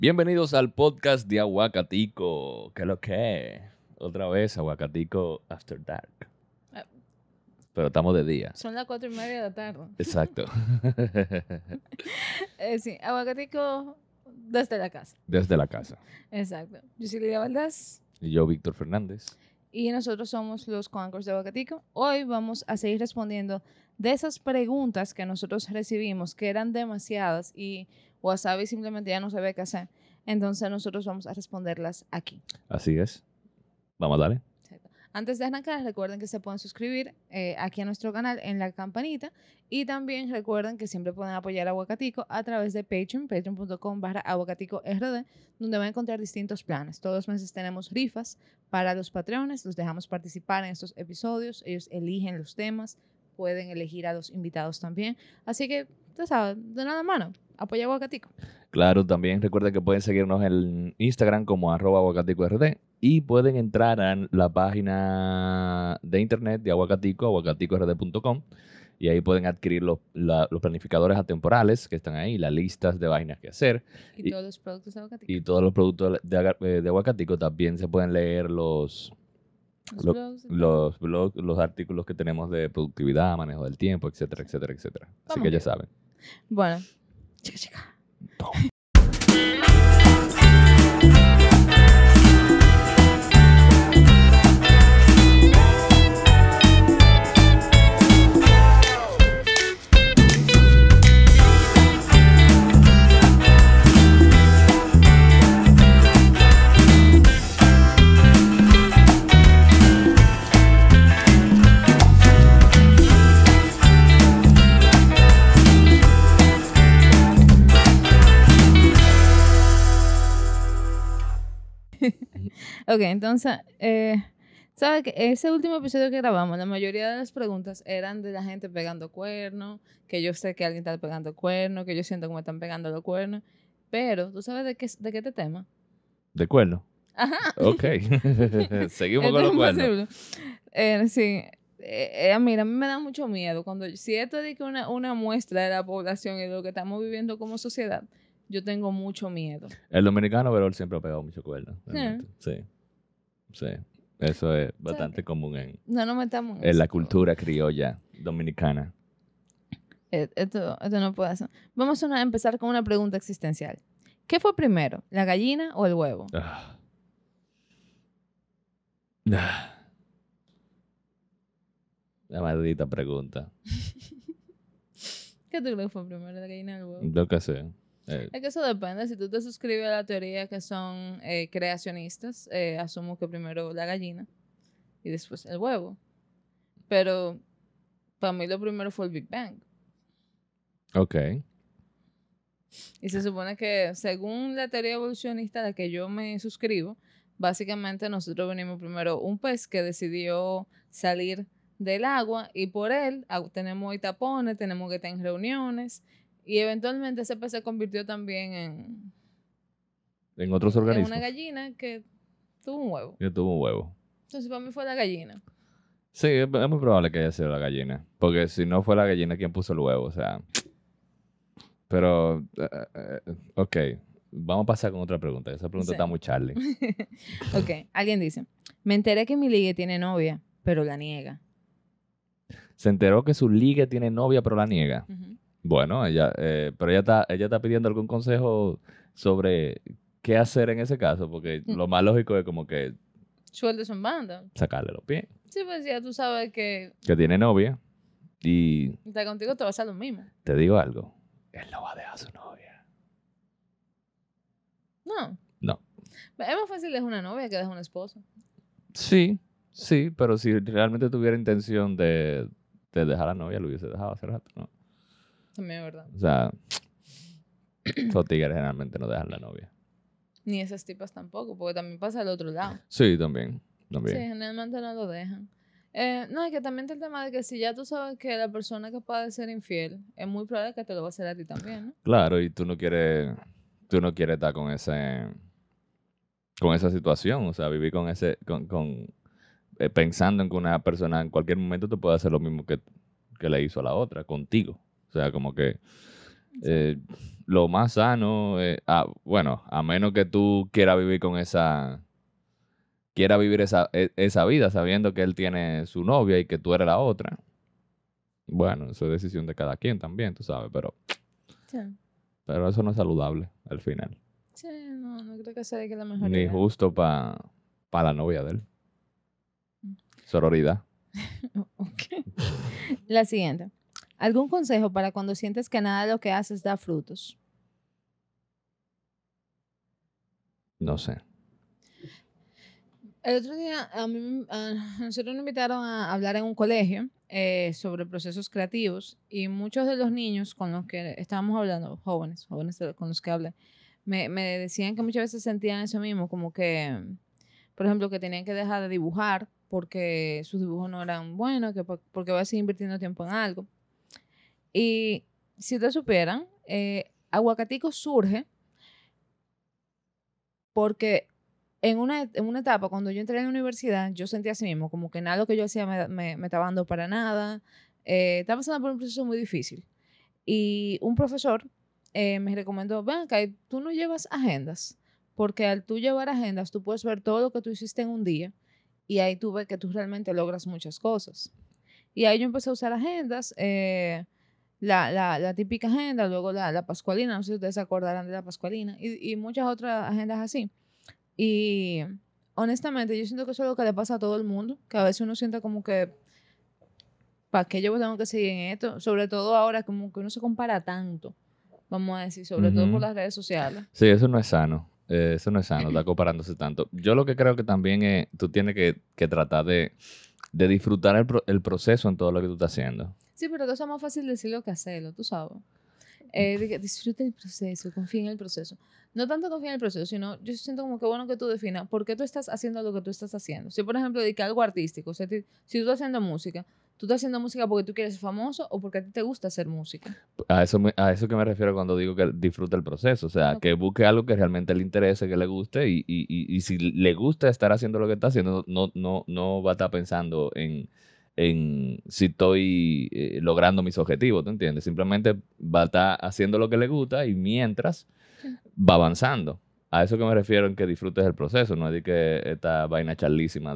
Bienvenidos al podcast de Aguacatico. ¿Qué es lo que? Otra vez, Aguacatico After Dark. Ah. Pero estamos de día. Son las 4:30 de la tarde. Exacto. Sí, aguacatico desde la casa. Desde la casa. Exacto. Yo soy Lidia Valdés Y yo, Víctor Fernández. y nosotros somos los Conquers de Aguacatico. Hoy vamos a seguir respondiendo de esas preguntas que nosotros recibimos, que eran demasiadas y Wasabi simplemente ya no sabía qué hacer. Entonces nosotros vamos a responderlas aquí. Así es. Vamos a darle. Antes de arrancar, recuerden que se pueden suscribir aquí a nuestro canal en la campanita y también recuerden que siempre pueden apoyar a Aguacatico a través de Patreon, patreon.com/aguacaticord, donde van a encontrar distintos planes. Todos los meses tenemos rifas para los patreones, los dejamos participar en estos episodios, ellos eligen los temas, pueden elegir a los invitados también. Así que, tú sabes, de nada mano, apoya a Aguacatico. Claro, también recuerden que pueden seguirnos en Instagram como @aguacaticord y pueden entrar a la página de internet de Aguacatico, aguacaticord.com, y ahí pueden adquirir los planificadores atemporales que están ahí, las listas de vainas que hacer. Y todos los productos de Aguacatico. Y todos los productos de Aguacatico también se pueden leer los blogs, los artículos que tenemos de productividad, manejo del tiempo, etcétera, etcétera, etcétera. Así Vamos que ya bien. saben. Bueno, chica. Ok, entonces, ¿sabes qué? Ese último episodio que grabamos, la mayoría de las preguntas eran de la gente pegando cuernos, que yo sé que alguien está pegando cuernos, que yo siento que me están pegando los cuernos, pero ¿tú sabes de qué este tema? ¿De cuerno? Ajá. Ok. Seguimos Esto con los es cuernos. imposible. Sí. Mira, a mí me da mucho miedo si esto es de que una muestra de la población y de lo que estamos viviendo como sociedad, yo tengo mucho miedo. El dominicano Verol siempre ha pegado mucho cuerno. Realmente. Sí. Sí. Eso es bastante común No metamos en la eso. cultura criolla dominicana. Esto no puede ser. Vamos a empezar con una pregunta existencial. ¿Qué fue primero, la gallina o el huevo? Ah. La maldita pregunta. ¿Qué tú crees que fue primero, la gallina o el huevo? Yo qué sé. Es que eso depende. Si tú te suscribes a la teoría que son creacionistas, asumo que primero la gallina y después el huevo. Pero para mí lo primero fue el Big Bang. Ok. Y se supone que según la teoría evolucionista a la que yo me suscribo, básicamente nosotros venimos primero un pez que decidió salir del agua y por él tenemos hoy tapones, tenemos que estar en reuniones y eventualmente ese pez se convirtió también En otros en organismos. una gallina que tuvo un huevo. Yo tuve un huevo. Entonces para mí fue la gallina. Sí, es muy probable que haya sido la gallina. Porque si no fue la gallina, ¿quién puso el huevo? O sea. Pero, ok. Vamos a pasar con otra pregunta. Esa pregunta Sí. está muy Charlie. Ok, alguien dice, me enteré que mi ligue tiene novia, pero la niega. Se enteró que su ligue tiene novia, pero la niega. Ujú. Bueno, pero ella está pidiendo algún consejo sobre qué hacer en ese caso, porque lo más lógico es como que Sueldos en banda. sacarle los pies. Sí, pues ya tú sabes que Que tiene novia y estar contigo te va a hacer lo mismo. te digo algo, él no va a dejar a su novia. No. No. Es más fácil dejar una novia que dejar un esposo. Sí, pero si realmente tuviera intención de dejar a la novia, lo hubiese dejado hace rato, ¿no? También es verdad. O sea, esos tigres generalmente no dejan la novia. Ni esas tipas tampoco, porque también pasa al otro lado. Sí, también. Sí, generalmente no lo dejan. No, es que también está el tema de que si ya tú sabes que la persona capaz de ser infiel, es muy probable que te lo va a hacer a ti también, ¿no? Claro, y tú no quieres estar con esa situación, o sea, vivir con pensando en que una persona en cualquier momento te puede hacer lo mismo que le hizo a la otra, contigo. O sea, como que Eh, lo más sano, bueno, a menos que tú quieras vivir con quiera vivir esa vida sabiendo que él tiene su novia y que tú eres la otra. Bueno, eso es decisión de cada quien también, tú sabes, Sí. pero eso no es saludable al final. Sí, no creo que sea que la mejor Ni idea. justo para la novia de él. Sororidad. Ok. La siguiente. ¿Algún consejo para cuando sientes que nada de lo que haces da frutos? No sé. El otro día a nosotros nos invitaron a hablar en un colegio sobre procesos creativos y muchos de los niños con los que estábamos hablando, jóvenes con los que hablé, me decían que muchas veces sentían eso mismo, como que, por ejemplo, que tenían que dejar de dibujar porque sus dibujos no eran buenos, porque voy a seguir invirtiendo tiempo en algo. Y si ustedes supieran, Aguacatico surge porque en una etapa, cuando yo entré en la universidad, yo sentía así mismo, como que nada de lo que yo hacía me estaba dando para nada. Estaba pasando por un proceso muy difícil. Y un profesor me recomendó, ven acá, tú no llevas agendas, porque al tú llevar agendas, tú puedes ver todo lo que tú hiciste en un día y ahí tú ves que tú realmente logras muchas cosas. Y ahí yo empecé a usar agendas, la típica agenda, luego la pascualina, no sé si ustedes se acordarán de la pascualina, y muchas otras agendas así. Y honestamente, yo siento que eso es lo que le pasa a todo el mundo, que a veces uno siente como que, ¿para qué yo tengo que seguir en esto? Sobre todo ahora, como que uno se compara tanto, vamos a decir, sobre todo por Ujú. las redes sociales. Sí, eso no es sano. Eso no es sano, está comparándose tanto. Yo lo que creo que también es, tú tienes que tratar de disfrutar el proceso en todo lo que tú estás haciendo. Sí, pero que eso es más fácil decirlo que hacerlo, tú sabes. De que disfruta el proceso, confía en el proceso. No tanto confía en el proceso, sino yo siento como que bueno que tú definas por qué tú estás haciendo lo que tú estás haciendo. Si, por ejemplo, dedicar algo artístico, o sea, si tú estás haciendo música, ¿tú estás haciendo música porque tú quieres ser famoso o porque a ti te gusta hacer música? A eso que me refiero cuando digo que disfruta el proceso. O sea, Ok. que busque algo que realmente le interese, que le guste y si le gusta estar haciendo lo que está haciendo, no va a estar pensando en si estoy logrando mis objetivos, ¿tú entiendes? Simplemente va a estar haciendo lo que le gusta y mientras Sí. va avanzando. A eso que me refiero en que disfrutes el proceso, no es de que esta vaina charlísima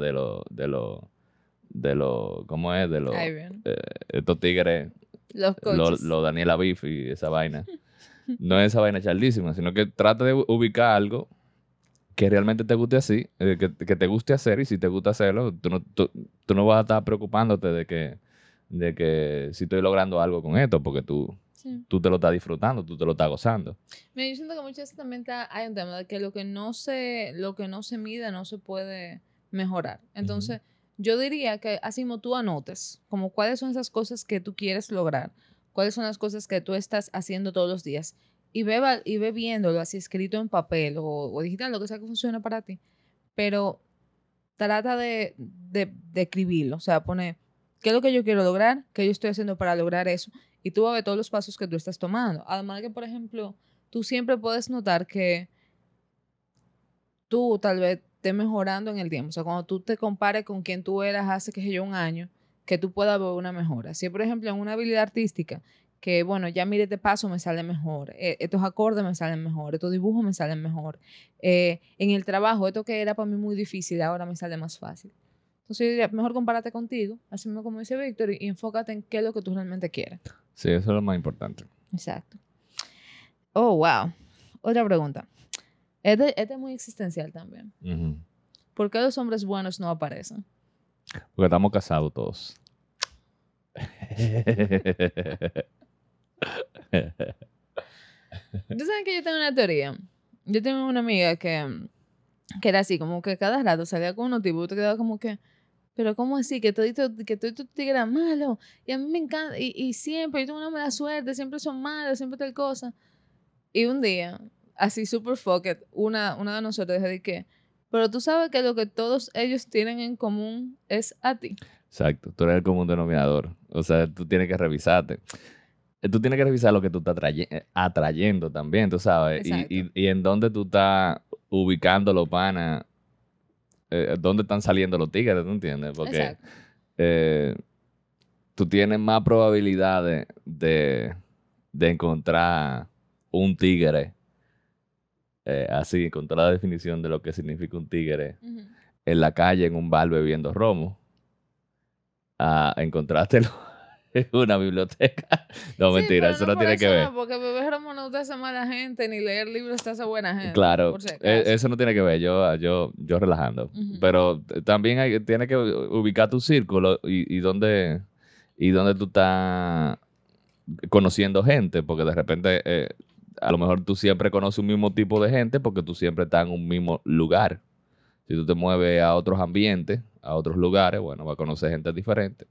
¿cómo es? Ahí bien. Eh, estos tigres, Los coaches. lo Daniela Biff y esa vaina. No es esa vaina charlísima, sino que trata de ubicar algo que realmente te guste así, que te guste hacer y si te gusta hacerlo, tú no vas a estar preocupándote de que si estoy logrando algo con esto, porque Sí. tú te lo estás disfrutando, tú te lo estás gozando. Mira, yo siento que muchas veces también hay un tema de que lo que no se mide no se puede mejorar. Ujú. Entonces, yo diría que así como tú anotes, como cuáles son esas cosas que tú quieres lograr, cuáles son las cosas que tú estás haciendo todos los días, y ve viéndolo así escrito en papel o digital, lo que sea que funcione para ti, pero trata de escribirlo, o sea, pone qué es lo que yo quiero lograr, qué yo estoy haciendo para lograr eso, y tú vas a ver todos los pasos que tú estás tomando. Además de que, por ejemplo, tú siempre puedes notar que tú tal vez estés mejorando en el tiempo, o sea, cuando tú te compares con quien tú eras hace, qué sé yo, un año, que tú puedas ver una mejora. Si, por ejemplo, en una habilidad artística, que bueno, ya mire este paso me sale mejor, estos acordes me salen mejor, estos dibujos me salen mejor, en el trabajo, esto que era para mí muy difícil, ahora me sale más fácil. Entonces yo diría, mejor compárate contigo, así mismo como dice Víctor, y enfócate en qué es lo que tú realmente quieres. Sí, eso es lo más importante. Exacto. Oh, wow. Otra pregunta. Este es muy existencial también. Ujú. ¿Por qué los hombres buenos no aparecen? Porque estamos casados todos. Tú sabes que yo tengo una teoría. Yo tengo una amiga que era así, como que cada rato salía con unos tipos y te quedaba como que, pero ¿cómo así? Que todito tigre era malo. Y a mí me encanta. Y siempre, yo tengo una mala suerte, siempre son malos, siempre tal cosa. Y un día, así super fuck it, una de nosotros dijo de que, pero tú sabes que lo que todos ellos tienen en común es a ti. Exacto, tú eres el común denominador. O sea, tú tienes que revisarte. Tú tienes que revisar lo que tú estás atrayendo también, tú sabes. Exacto, Y en dónde tú estás ubicando los panas, dónde están saliendo los tigres, ¿tú entiendes? Porque exacto. eh, tú tienes más probabilidades de encontrar un tigre, así, encontrar la definición de lo que significa un tigre en la calle, en un bar bebiendo romo, a encontrártelo en una biblioteca. No, Sí, mentira, pero eso no no por tiene que eso ver. no, porque beber romo no te hace mala gente, ni leer libros te hace buena gente, Claro, por si acaso. eso no tiene que ver, yo relajando. Ujú. Pero también tiene que ubicar tu círculo y dónde tú estás conociendo gente, porque de repente a lo mejor tú siempre conoces un mismo tipo de gente porque tú siempre estás en un mismo lugar. Si tú te mueves a otros ambientes, a otros lugares, bueno, vas a conocer gente diferente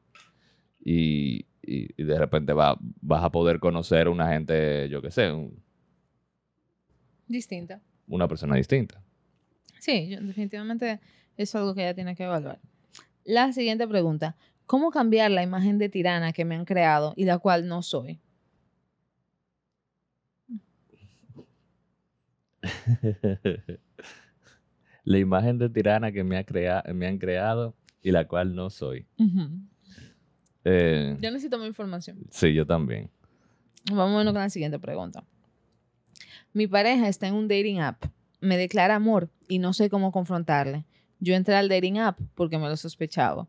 y de repente vas a poder conocer una gente, yo qué sé, Distinta. una persona distinta. Sí, definitivamente es algo que ella tiene que evaluar. La siguiente pregunta. ¿Cómo cambiar la imagen de tirana que me han creado y la cual no soy? La imagen de tirana que me han creado y la cual no soy. Yo necesito más información. Sí, yo también. Vamos con la siguiente pregunta. Mi pareja está en un dating app. Me declara amor y no sé cómo confrontarle. Yo entré al dating app porque me lo sospechaba.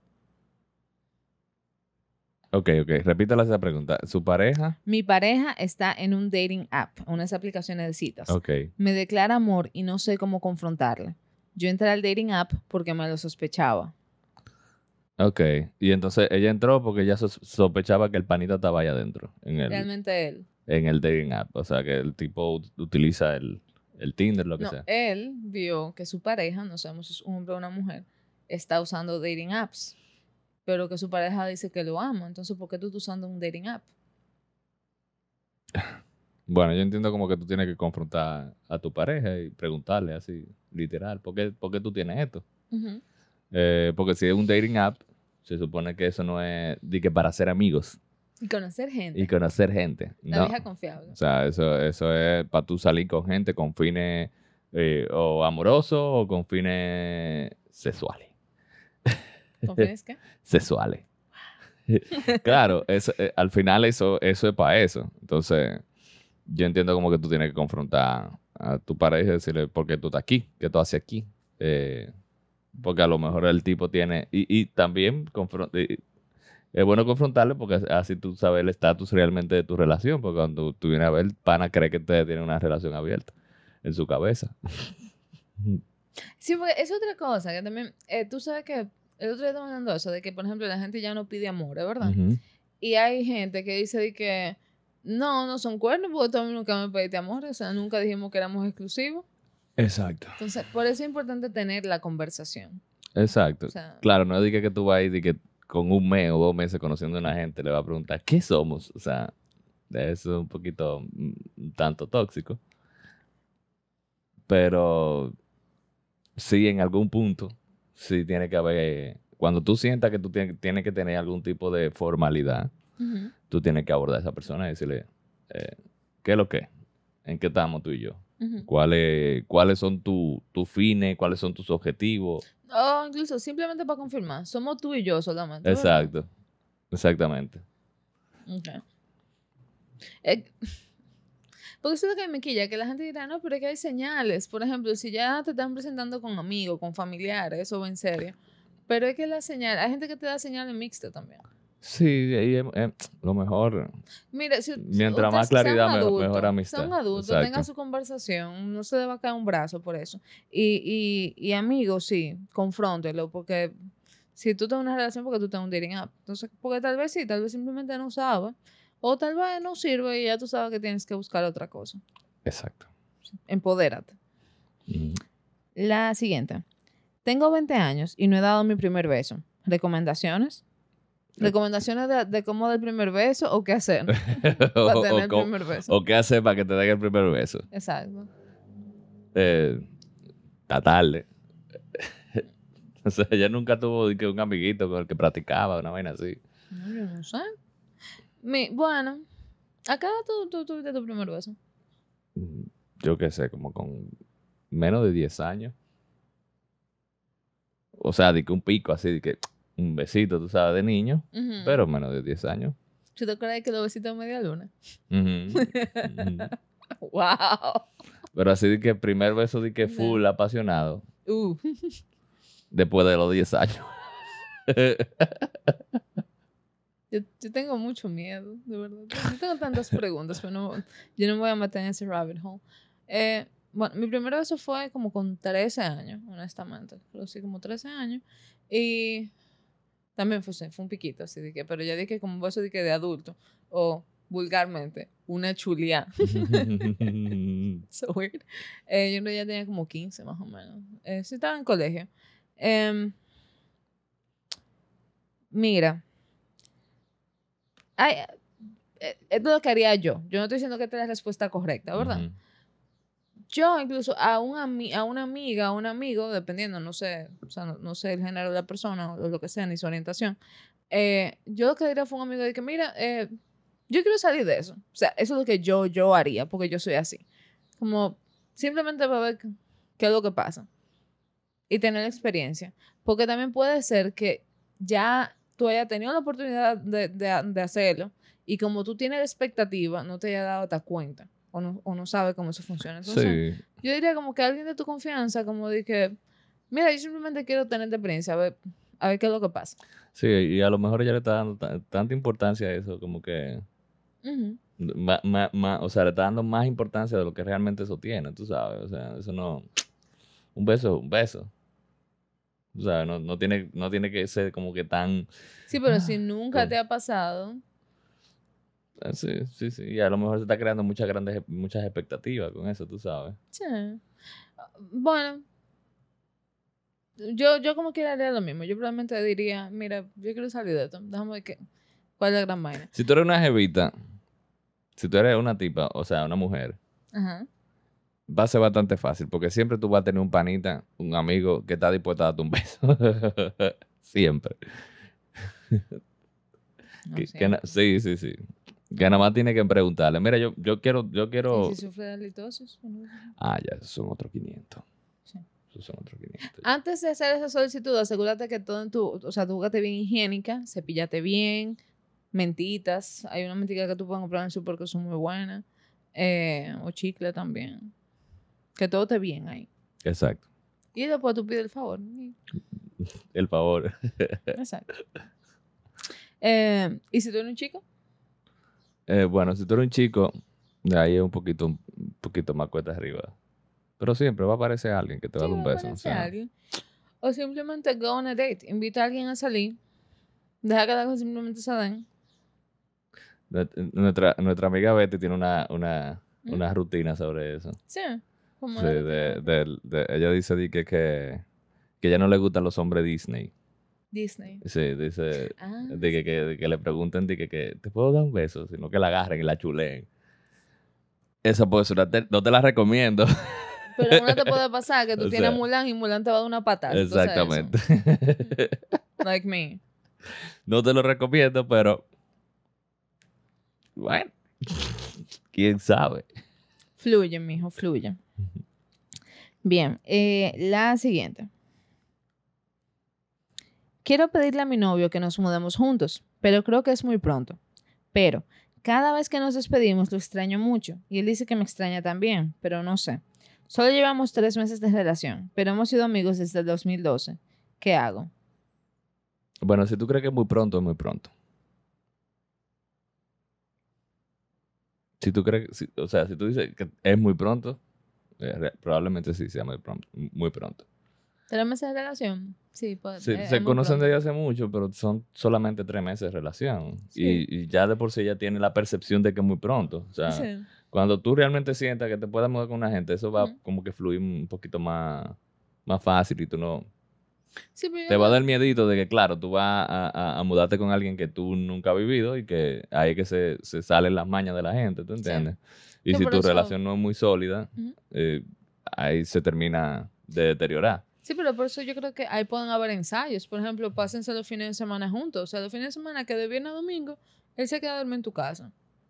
Ok. Repítala esa pregunta. ¿Su pareja? Mi pareja está en un dating app, unas aplicaciones de citas. Ok. Me declara amor y no sé cómo confrontarle. Yo entré al dating app porque me lo sospechaba. Ok. Y entonces ella entró porque ella sospechaba que el panita estaba ahí adentro, Realmente él. en el dating app. O sea, que el tipo utiliza el Tinder, lo que No, sea. él vio que su pareja, no sabemos si es un hombre o una mujer, está usando dating apps. Pero que su pareja dice que lo ama. Entonces, ¿por qué tú estás usando un dating app? Bueno, yo entiendo como que tú tienes que confrontar a tu pareja y preguntarle así, literal, por qué tú tienes esto? Ujú. Porque si es un dating app, se supone que eso no es de que para ser amigos Y conocer gente. y conocer gente. La No. vieja confiable. O sea, eso es para tú salir con gente con fines o amorosos o con fines sexuales. ¿Con fines qué? Sexuales. Claro, al final eso es para eso. Entonces, yo entiendo como que tú tienes que confrontar a tu pareja y decirle, ¿por qué tú estás aquí? ¿Qué tú haces aquí? Porque a lo mejor el tipo tiene... Y también es bueno confrontarle porque así tú sabes el estatus realmente de tu relación. Porque cuando tú vienes a ver, el pana cree que ustedes tienen una relación abierta en su cabeza. Sí, porque es otra cosa que también, tú sabes que el otro día estamos hablando de eso, de que, por ejemplo, la gente ya no pide amor, ¿es verdad? Ujú. Y hay gente que dice de que no son cuernos porque tú a mí nunca me pediste amor, o sea, nunca dijimos que éramos exclusivos. Exacto. Entonces, por eso es importante tener la conversación. Exacto. O sea, Claro, no es de que tú vas a ir de que con un mes o 2 meses conociendo a una gente le va a preguntar, ¿qué somos? O sea, eso es un poquito un tanto tóxico. Pero sí, en algún punto, sí tiene que haber, cuando tú sientas que tú tienes que tener algún tipo de formalidad, ujú, tú tienes que abordar a esa persona y decirle, ¿qué es lo que? ¿En qué estamos tú y yo? ujú. ¿Cuáles son tus fines? ¿Cuáles son tus objetivos? O incluso simplemente para confirmar, somos tú y yo solamente, ¿verdad? Exacto, exactamente. Okay. Eh, porque eso es lo que me quilla, que la gente dirá, no, pero es que hay señales. Por ejemplo, si ya te están presentando con amigos, con familiares, eso va en serio. Pero es que la señal, hay gente que te da señales mixtas también. Sí, ahí lo mejor, Mire, si mientras más ustedes sean claridad, mejor adultos, amistad. tengan Exacto, su conversación, no se le va a caer un brazo por eso. Y amigos, sí, confróntelo, porque si tú tienes una relación, porque tú tienes un dating app. Entonces, porque tal vez sí, tal vez simplemente no sabe, o tal vez no sirve y ya tú sabes que tienes que buscar otra cosa. exacto. Empodérate. Ujú. La siguiente. Tengo 20 años y no he dado mi primer beso. ¿Recomendaciones? ¿Recomendaciones de cómo dar el primer beso o qué hacer para tener el primer beso? O qué hacer para que te den el primer beso. Exacto. Eh, Está tarde. O sea, ella nunca tuvo de que un amiguito con el que practicaba, una vaina así. No, yo no sé. Bueno, acá tú tuviste tu primer beso. Mm, Yo qué sé, como con menos de 10 años. O sea, de que un pico así, de que un besito, tú sabes, de niño, Ujú. pero menos de 10 años. ¿Tú te acuerdas que los besitos de media luna? Ujú, ujú. ¡Wow! Pero así de que primer beso de que full apasionado, después de los 10 años. Yo tengo mucho miedo, de verdad. Yo tengo tantas preguntas, pero yo no me voy a meter en ese rabbit hole. Bueno, mi primer beso fue como con 13 años, honestamente. Pero sí, como 13 años. Y también fue un piquito, así de que, pero ya dije como un beso de adulto. O vulgarmente, una chulia. So weird. Yo creo que ya tenía como 15 más o menos. Sí, estaba en colegio. Em, Mira. Ay, esto es lo que haría yo. Yo no estoy diciendo que esta es la respuesta correcta, ¿verdad? Ujú. Yo incluso a una amiga, a un amigo, dependiendo, no sé, o sea, no sé el género de la persona o lo que sea, ni su orientación, yo lo que diría fue un amigo de que, mira, yo quiero salir de eso. O sea, eso es lo que yo haría, porque yo soy así. Como simplemente para ver qué es lo que pasa y tener experiencia. Porque también puede ser que ya tú hayas tenido la oportunidad de hacerlo y como tú tienes la expectativa, no te hayas dado hasta cuenta o no sabes cómo eso funciona. Entonces, Sí, yo diría como que alguien de tu confianza, como de que, mira, yo simplemente quiero tener experiencia, a ver qué es lo que pasa. sí, y a lo mejor ella le está dando tanta importancia a eso, como que, Ujú. o sea, le está dando más importancia de lo que realmente eso tiene, tú sabes, o sea, eso no, un beso es un beso, o sea, no tiene que ser como que tan, Sí, pero si nunca como- te ha pasado, sí, sí, sí, y a lo mejor se está creando muchas expectativas con eso, tú sabes. sí. Bueno, yo como quiera haría lo mismo. Yo probablemente diría, mira, yo quiero salir de esto. Déjame ver cuál es la gran vaina. Si tú eres una jevita, si tú eres una tipa, o sea, una mujer, Ajá. va a ser bastante fácil, porque siempre tú vas a tener un panita, un amigo que está dispuesto a darte un beso. Siempre. No siempre. Sí, sí, sí. Que nada más tiene que preguntarle, mira, yo ¿Y quiero... si sufre de halitosis? Ah, ya, esos son otros 500. Sí. Esos son otros 500. Antes de hacer esa solicitud, asegúrate que todo o sea, tu boca esté bien higiénica, cepíllate bien, mentitas. Hay una mentita que tú puedes comprar en el súper que son muy buenas. O chicle también. Que todo esté bien ahí. Exacto. Y después tú pides el favor. El favor. Exacto. ¿Y si tú eres un chico? Bueno, si tú eres un chico, de ahí es un poquito más cuesta arriba. Pero siempre va a aparecer alguien que te va Sí, a dar un va a beso. O aparecer sea, alguien. O simplemente go on a date. Invita a alguien a salir. Deja que las cosas simplemente se den. nuestra amiga Betty tiene ¿Mm? una rutina sobre eso. Sí, como Sí, la rutina de ella dice que ya no le gustan los hombres Disney. Disney. Sí, dice Ah, de que le pregunten de que te puedo dar un beso, sino que la agarren y la chuleen. Esa postura no te la recomiendo. pero una te puede pasar que tú O tienes a sea, Mulan y Mulan te va a dar una patada si tú haces eso. exactamente. Like me. No te lo recomiendo, pero bueno, quién sabe. Fluye, mijo, fluye. Bien, la siguiente. Quiero pedirle a mi novio que nos mudemos juntos, pero creo que es muy pronto. Pero cada vez que nos despedimos lo extraño mucho y él dice que me extraña también, pero no sé. Solo llevamos 3 meses de relación, pero hemos sido amigos desde el 2012. ¿Qué hago? Bueno, si tú crees que es muy pronto, es muy pronto. Si tú crees, o sea, si tú dices que es muy pronto, probablemente sí sea muy pronto, muy pronto. 3 meses de relación. Sí, pues, es Se muy conocen pronto. desde hace mucho, pero son solamente 3 meses de relación. Sí, Y ya de por sí ya tiene la percepción de que es muy pronto. O sea, sí. cuando tú realmente sientas que te puedas mudar con una gente, eso va Ujú. como que fluir un poquito más fácil y tú no... Sí, pero Te va a dar miedito de que, claro, tú vas a mudarte con alguien que tú nunca has vivido y que ahí es que se salen las mañas de la gente, ¿tú sí. entiendes? Y Sí, si por tu eso. relación no es muy sólida, Ujú. ahí se termina de deteriorar. Sí, pero por eso yo creo que ahí pueden haber ensayos. Por ejemplo, pásense los fines de semana juntos. O sea, los fines de semana que de viernes a domingo, él se queda a dormir en tu casa.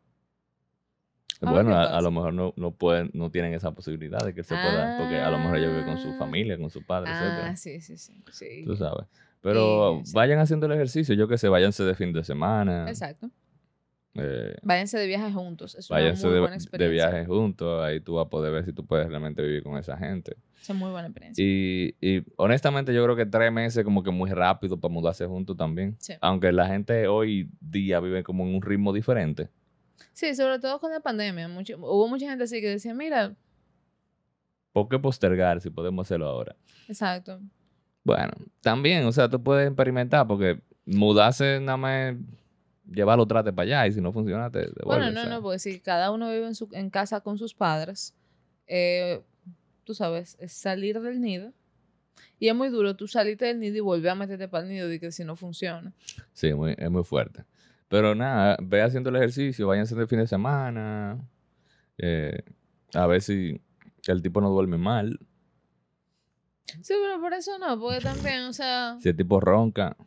A ver Bueno, qué a lo pasa. mejor no pueden, no tienen esa posibilidad de que él se pueda, porque a lo mejor ella vive con su Ah, familia, con su padre, etcétera. sí, sí, sí. Tú Sí. sabes. Y, Pero sí, vayan haciendo el ejercicio, yo que sé, váyanse de fin de semana. exacto. Váyanse de viaje juntos. Es una váyanse muy buena de experiencia. viaje juntos, ahí tú vas a poder ver si tú puedes realmente vivir con esa gente. Es una muy buena experiencia. Y honestamente yo creo que 3 meses como que muy rápido para mudarse juntos también. Sí. Aunque la gente hoy día vive como en un ritmo diferente. Sí, sobre todo con la pandemia. Hubo mucha gente así que decía, mira, ¿Por qué postergar si podemos hacerlo ahora? exacto. Bueno, también, o sea, tú puedes experimentar porque mudarse nada más es llevar los trates para allá y si no funciona te Bueno, devuelves. no, porque si cada uno vive en casa con sus padres, tú sabes, es salir del nido. Y es muy duro tú salirte del nido y volver a meterte para el nido y que si no funciona. Sí, es muy fuerte. Pero nada, ve haciendo el ejercicio, váyanse el fin de semana, eh, a ver si el tipo no duerme mal, Sí, pero por eso no, porque también, o sea, si el tipo ronca.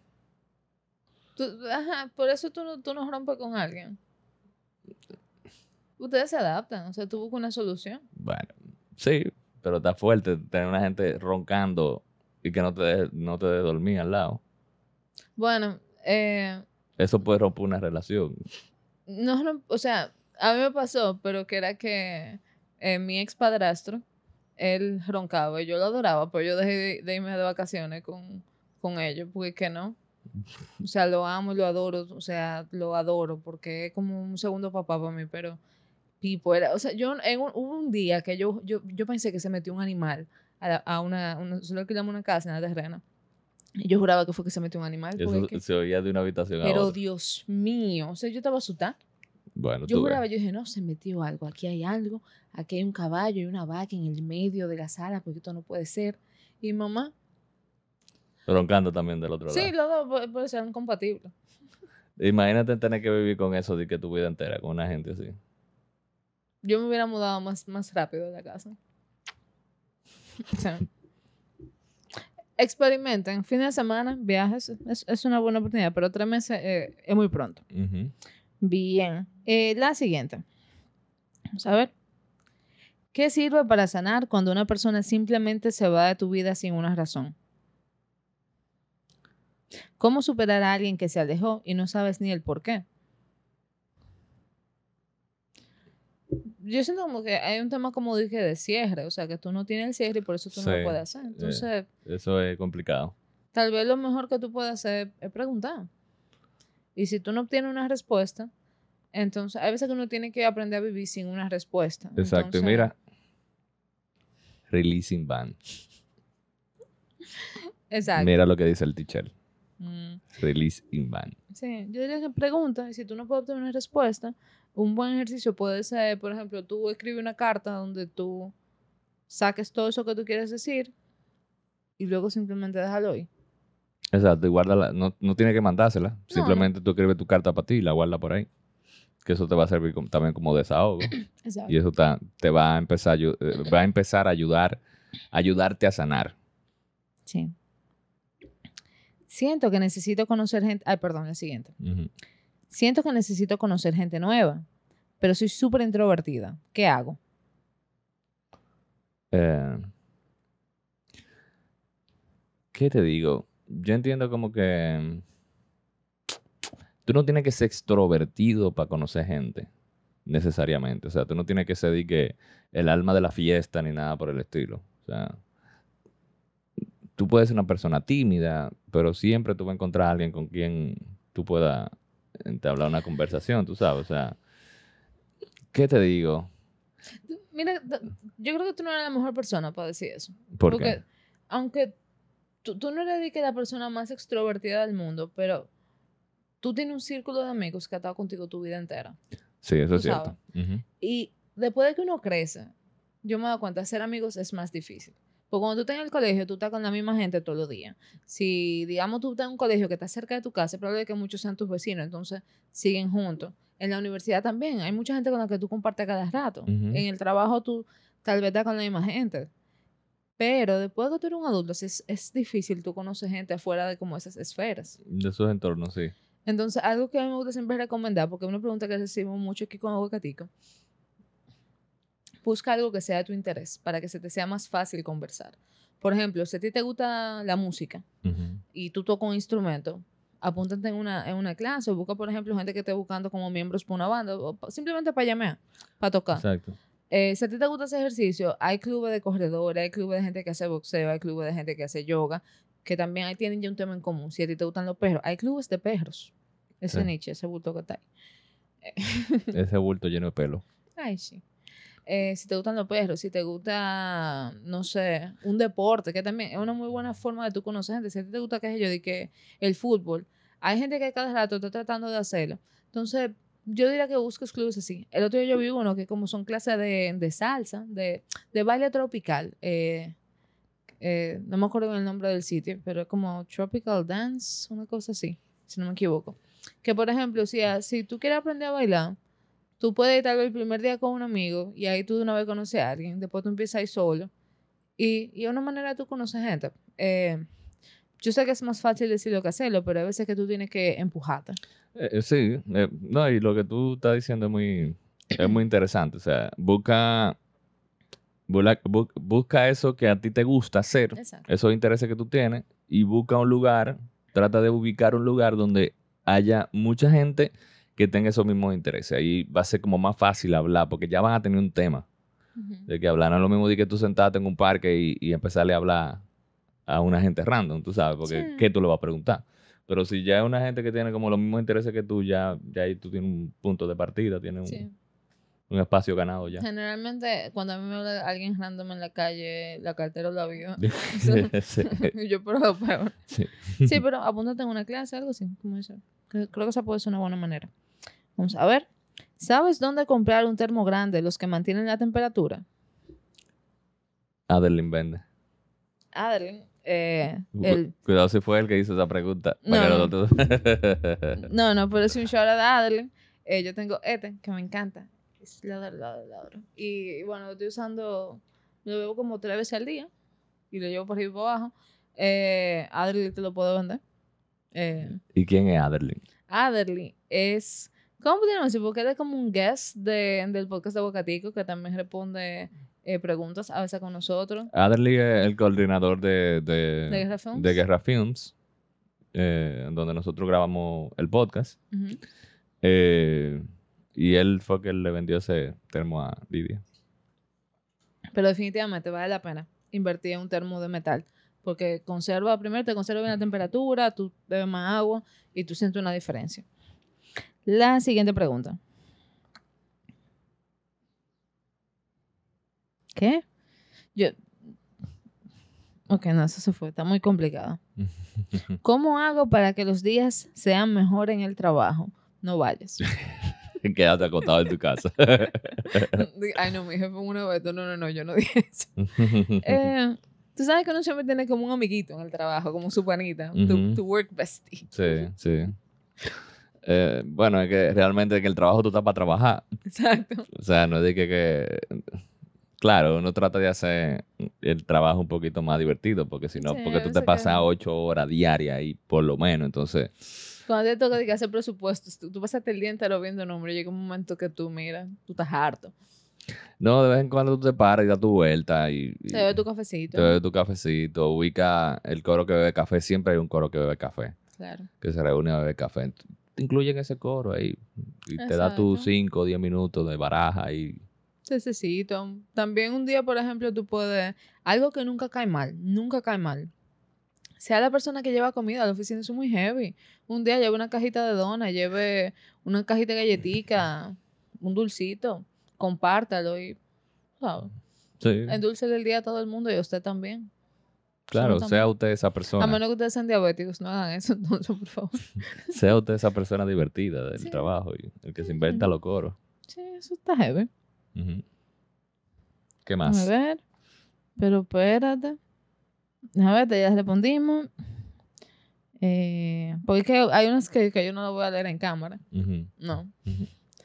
por eso tú no rompes con alguien. Ustedes se adaptan, o sea, tú buscas una solución. Bueno, sí, pero está fuerte tener una gente roncando y que no te deje dormir al lado. Bueno, Eso puede romper una relación. no, o sea, a mí me pasó, pero que era que mi ex padrastro, él roncaba y yo lo adoraba, pero yo dejé de irme de vacaciones con ellos, porque que no. O sea, lo amo y lo adoro, o sea, lo adoro porque es como un segundo papá para mí, pero Pipo era, o sea, hubo un día que yo pensé que se metió un animal solo alquilamos una casa en la terrena. Y yo juraba que fue que se metió un animal, porque Eso es que, se oía de una habitación a pero otra. Dios mío, o sea, yo estaba asustada. Bueno, Yo tú ves. juraba, yo dije, no, se metió algo, aquí hay algo, aquí hay un caballo y una vaca en el medio de la sala, porque esto no puede ser. Y mamá, Roncando también del otro sí, lado. los dos puede ser incompatibles. Imagínate tener que vivir con eso de que tu vida entera, con una gente así. Yo me hubiera mudado más rápido de la casa. O sea, experimenten, fin de semana, viajes, es una buena oportunidad, pero 3 meses es muy pronto. Ujú. Bien, la siguiente. Vamos a ver. ¿Qué sirve para sanar cuando una persona simplemente se va de tu vida sin una razón? ¿Cómo superar a alguien que se alejó y no sabes ni el por qué? Yo siento como que hay un tema, como dije, de cierre, o sea, que tú no tienes el cierre y por eso tú no lo Sí, puedes hacer. Entonces, eso es complicado. tal vez lo mejor que tú puedes hacer es preguntar. Y si tú no obtienes una respuesta, entonces hay veces que uno tiene que aprender a vivir sin una respuesta. Exacto. Y Entonces, mira, releasing ban. exacto. Mira lo que dice el teacher. Mm, Release in ban. sí, yo diría que pregunta, y si tú no puedes obtener una respuesta, un buen ejercicio puede ser, por ejemplo, tú escribes una carta donde tú saques todo eso que tú quieres decir y luego simplemente déjalo ahí. Exacto, y guárdala. No, no tienes que mandársela. No, Simplemente tú escribes tu carta para ti y la guardas por ahí. Que eso te va a servir también como desahogo. exacto. Y eso te va a empezar va a empezar a ayudarte a sanar. Sí. Siento que necesito conocer gente. Ay, perdón, el siguiente. Ujú. Siento que necesito conocer gente nueva, pero soy súper introvertida. ¿Qué hago? Eh, ¿Qué te digo? Yo entiendo como que tú no tienes que ser extrovertido para conocer gente, necesariamente. O sea, tú no tienes que ser de que el alma de la fiesta ni nada por el estilo. O sea, tú puedes ser una persona tímida, pero siempre tú vas a encontrar a alguien con quien tú puedas entablar una conversación, tú sabes. O sea, ¿qué te digo? Mira, yo creo que tú no eres la mejor persona para decir eso. ¿Por Porque qué? aunque tú no eres de que la persona más extrovertida del mundo, pero tú tienes un círculo de amigos que ha estado contigo tu vida entera. Sí, eso Tú es cierto. sabes. Ujú. Y después de que uno crece, yo me he dado cuenta, hacer amigos es más difícil. Porque cuando tú estás en el colegio, tú estás con la misma gente todos los días. Si, digamos, tú estás en un colegio que está cerca de tu casa, es probable que muchos sean tus vecinos, entonces siguen juntos. En la universidad también, hay mucha gente con la que tú compartes cada rato. Ujú. En el trabajo tú tal vez estás con la misma gente. Pero después de que tú eres un adulto, es difícil tú conocer gente afuera de como esas esferas. De esos entornos, sí. Entonces, algo que a mí me gusta siempre recomendar, porque es una pregunta que recibimos mucho aquí con Aguacatico, busca algo que sea de tu interés para que se te sea más fácil conversar. Por ejemplo, si a ti te gusta la música Ujú. y tú tocas un instrumento, apúntate en una clase o busca, por ejemplo, gente que esté buscando como miembros para una banda o simplemente para llamear, para tocar. Exacto. Si a ti te gusta ese ejercicio, hay clubes de corredores, hay clubes de gente que hace boxeo, hay clubes de gente que hace yoga, que también ahí tienen ya un tema en común. Si a ti te gustan los perros, hay clubes de perros. Ese Sí. nicho, ese bulto que está ahí. Ese bulto lleno de pelo. Ay, sí. Si te gustan los perros, si te gusta, no sé, un deporte, que también es una muy buena forma de tú conocer gente. Si a ti te gusta, qué sé yo, de que el fútbol, hay gente que cada rato está tratando de hacerlo. Entonces, yo diría que busques clubes así. El otro día yo vi uno que como son clases de salsa, de baile tropical. No me acuerdo el nombre del sitio, pero es como Tropical Dance, una cosa así, si no me equivoco. Que, por ejemplo, si tú quieres aprender a bailar, tú puedes ir tal vez el primer día con un amigo y ahí tú de una vez conoces a alguien, después tú empiezas a ir solo. Y es una manera de tú conocer gente. Yo sé que es más fácil decirlo que hacerlo, pero hay veces que tú tienes que empujarte. Sí, no, y lo que tú estás diciendo es muy interesante. O sea, busca eso que a ti te gusta hacer, Exacto. esos intereses que tú tienes, y busca un lugar, trata de ubicar un lugar donde haya mucha gente que tenga esos mismos intereses. Ahí va a ser como más fácil hablar, porque ya van a tener un tema de que hablar. No es lo mismo de que tú sentarte en un parque y empezarle a hablar a una gente random, tú sabes, porque Sí. ¿qué tú le vas a preguntar? Pero si ya es una gente que tiene como los mismos intereses que tú, ya ahí tú tienes un punto de partida, tienes Sí. un espacio ganado ya. Generalmente, cuando a mí me habla alguien random en la calle, la cartera la vio. Sí. Yo, pero lo peor. Sí. Sí, pero apúntate en una clase, algo así, como eso. Creo que esa puede ser una buena manera. Vamos a ver. ¿Sabes dónde comprar un termo grande, los que mantienen la temperatura? Adelín vende. Adeline, Cuidado si fue él que hizo esa pregunta. No, no. no, pero es un shout out a Adeline. Yo tengo este, que me encanta. Es ladro. Y bueno, lo estoy usando, lo bebo como 3 veces al día. Y lo llevo por arriba y por abajo. Adeline te lo puedo vender. ¿Y quién es Adelín? Adeline es, ¿cómo podríamos decir? Porque él es como un guest del podcast de Bocatico, que también responde preguntas a veces con nosotros. Adelín es el coordinador de Guerra Films. de Guerra Films, donde nosotros grabamos el podcast. Ujú. Y él fue que le vendió ese termo a Lidia. Pero definitivamente vale la pena invertir en un termo de metal. Porque primero te conserva bien la temperatura, tú bebes más agua y tú sientes una diferencia. La siguiente pregunta. ¿Qué? Ok, no, eso se fue. Está muy complicado. ¿Cómo hago para que los días sean mejor en el trabajo? No vayas. Quédate acostado en tu casa. Ay, no, mi jefe fue una vez. No, yo no dije eso. Tú sabes que uno siempre tiene como un amiguito en el trabajo, como su panita, tu work bestie. Sí. Bueno, es que realmente en el trabajo tú estás para trabajar. Exacto. O sea, no es de que claro, uno trata de hacer el trabajo un poquito más divertido, porque si no, Sí, porque a tú te veces pasas que 8 horas diarias y por lo menos, entonces, cuando te toca de que hacer presupuestos, tú pasaste el día entero viendo números, llega un momento que tú, mira, tú estás harto. no, de vez en cuando tú te paras y das tu vuelta y Te bebes tu cafecito. te bebes tu cafecito, ubica el coro que bebe café, siempre hay un coro que bebe café, Claro. que se reúne a beber café. Te incluyen ese coro ahí y te da tus Exacto. 5 o 10 minutos de baraja y Necesito. También un día, por ejemplo, tú puedes, algo que nunca cae mal. Sea la persona que lleva comida a la oficina, eso es muy heavy. Un día lleve una cajita de dona, lleve una cajita de galletica, un dulcito, compártalo y, ¿sabes? sí, Endúlcele el día a todo el mundo y a usted también. claro, Absolutamente. sea usted esa A persona, menos que ustedes sean diabéticos, no hagan eso, entonces, por favor. sea usted esa persona divertida del Sí. trabajo y el que se inventa los coros. Sí, eso está heavy. Ujú. ¿Qué A más? ver, pero espérate. A ver, ya respondimos. Porque hay unas que yo no las voy a leer en cámara. Ujú, No. ujú.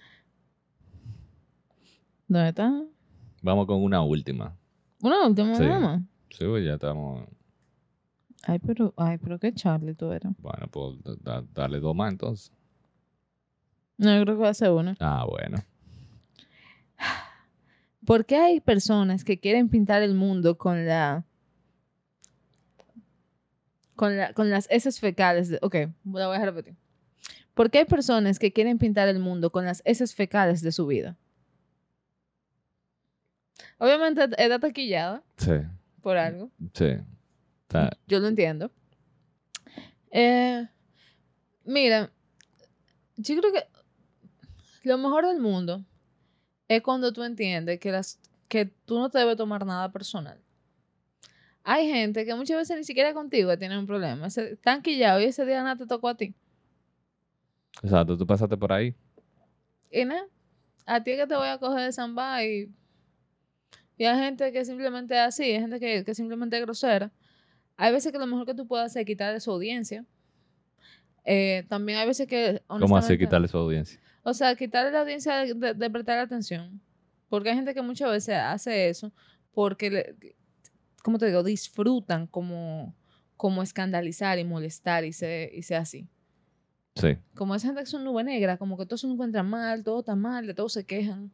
¿Dónde está? Vamos con una última. Una última Sí. nada más. Sí, pues ya estamos. Ay, pero qué Charlie tú eres. Bueno, pues darle 2 más entonces. No, yo creo que va a ser una. Ah, bueno. ¿Por qué hay personas que quieren pintar el mundo con la con las heces fecales. Ok, la voy a repetir. ¿Por qué hay personas que quieren pintar el mundo con las heces fecales de su vida? Obviamente está taquillada Sí, por algo. sí. Yo lo entiendo. Mira, yo creo que lo mejor del mundo es cuando tú entiendes que tú no te debes tomar nada personal. Hay gente que muchas veces ni siquiera contigo tiene un problema. Están quillados y ese día nada te tocó a ti. Exacto, tú pasaste por ahí. Y nada, a ti es que te voy a coger de samba y hay gente que simplemente es así, hay gente que simplemente es grosera. Hay veces que lo mejor que tú puedes hacer es quitarle su audiencia. También hay veces que, ¿Cómo así honestamente, quitarle su audiencia? o sea, quitarle la audiencia de prestar atención. Porque hay gente que muchas veces hace eso porque, como te digo, disfrutan como escandalizar y molestar y ser así. Sí. Como esa gente que es una nube negra, como que todo se encuentra mal, todo está mal, de todo se quejan.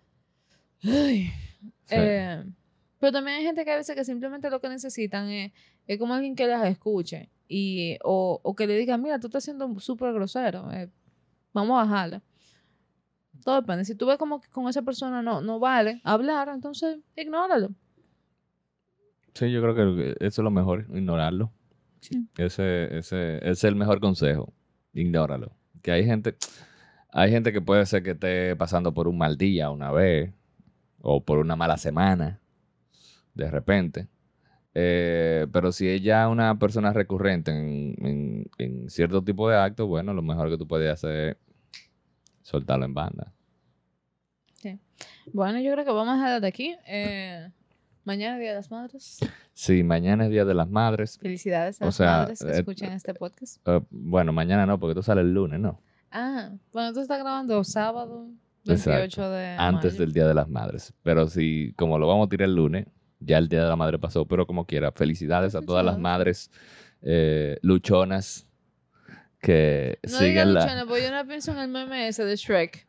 Ay. Sí. Pero también hay gente que a veces que simplemente lo que necesitan es como alguien que las escuche o que le diga, mira, tú estás siendo súper grosero, vamos a bajarla. Todo depende. Si tú ves como que con esa persona no vale hablar, entonces ignóralo. Sí, yo creo que eso es lo mejor, ignorarlo. Sí. Ese es el mejor consejo. Ignóralo. Que hay gente que puede ser que esté pasando por un mal día una vez o por una mala semana de repente. Pero si es ya una persona recurrente en cierto tipo de actos, bueno, lo mejor que tú puedes hacer es soltarlo en banda. Sí. Bueno, yo creo que vamos a dejar de aquí. Mañana es Día de las Madres. Sí, mañana es Día de las Madres. Felicidades a O las sea, madres que escuchan este podcast. Bueno, mañana no, porque tú sales el lunes, ¿no? Bueno, tú estás grabando sábado 28 Exacto. de Antes mayo. del Día de las Madres. Pero si, como lo vamos a tirar el lunes, ya el Día de la Madre pasó, pero como quiera, felicidades a todas las madres luchonas que No siguen diga la... luchona, porque yo no pienso en el meme ese de Shrek.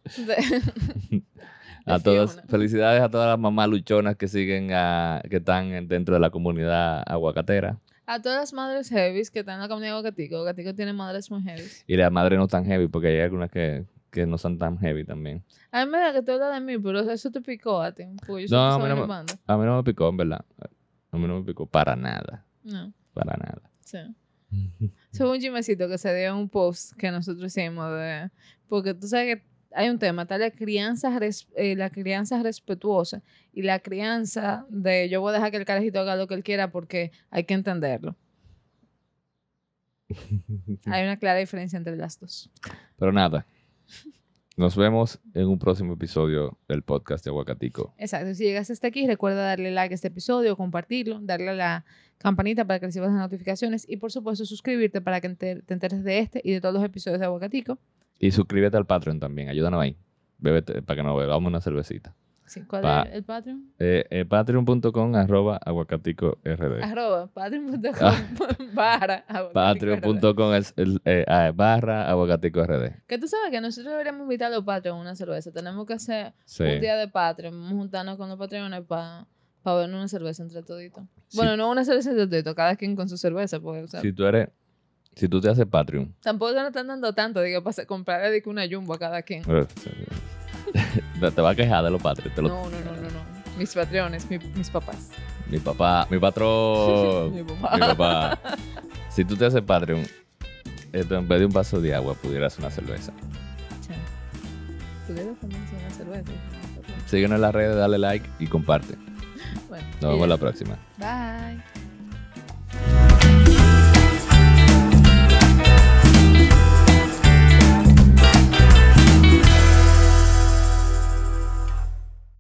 A todas, Fiona. felicidades a todas las mamás luchonas que siguen que están dentro de la comunidad aguacatera. A todas las madres heavies que están en la comunidad Aguacatico. Aguacatico tiene madres muy heavies. Y las madres no tan heavy, porque hay algunas que no son tan heavy también. A mí me da que te habla de mí, pero eso te picó a ti. Porque yo No, soy tu banda. a mí no me picó, en verdad. A mí no me picó para nada. No. Para nada. Sí. Eso fue un chismecito que se dio en un post que nosotros hicimos porque tú sabes que hay un tema, está la crianza respetuosa y la crianza de yo voy a dejar que el carajito haga lo que él quiera porque hay que entenderlo. Hay una clara diferencia entre las dos. Pero nada. Nos vemos en un próximo episodio del podcast de Aguacatico. Exacto. Si llegaste hasta aquí, recuerda darle like a este episodio, compartirlo, darle a la campanita para que recibas las notificaciones y, por supuesto, suscribirte para que te enteres de este y de todos los episodios de Aguacatico. Y suscríbete al Patreon también. Ayúdanos ahí. Bébete, para que nos bebamos una cervecita. Sí. ¿Cuál es el Patreon? Patreon.com/aguacatico rd. @patreon.com Patreon.com /aguacatico rd. Que tú sabes que nosotros deberíamos invitar a los Patreon a una cerveza. Tenemos que hacer Sí. un día de Patreon. Vamos a juntarnos con los Patreones para beber una cerveza entre toditos. Sí. Bueno, no una cerveza entre toditos, cada quien con su cerveza. Porque, o sea, Si tú te haces Patreon. tampoco nos están dando tanto, digo, para comprarle una jumbo a cada quien. Te va a quejar de los Patreons. No. Mis Patreones, mis papás. Mi papá, mi patrón. Mi papá. Mi papá. Si tú te haces Patreon, en vez de un vaso de agua, pudieras una cerveza. Che. Pudieras también hacer una cerveza. Síguenos en las redes, dale like y comparte. Bueno, Nos vemos la próxima. Bye.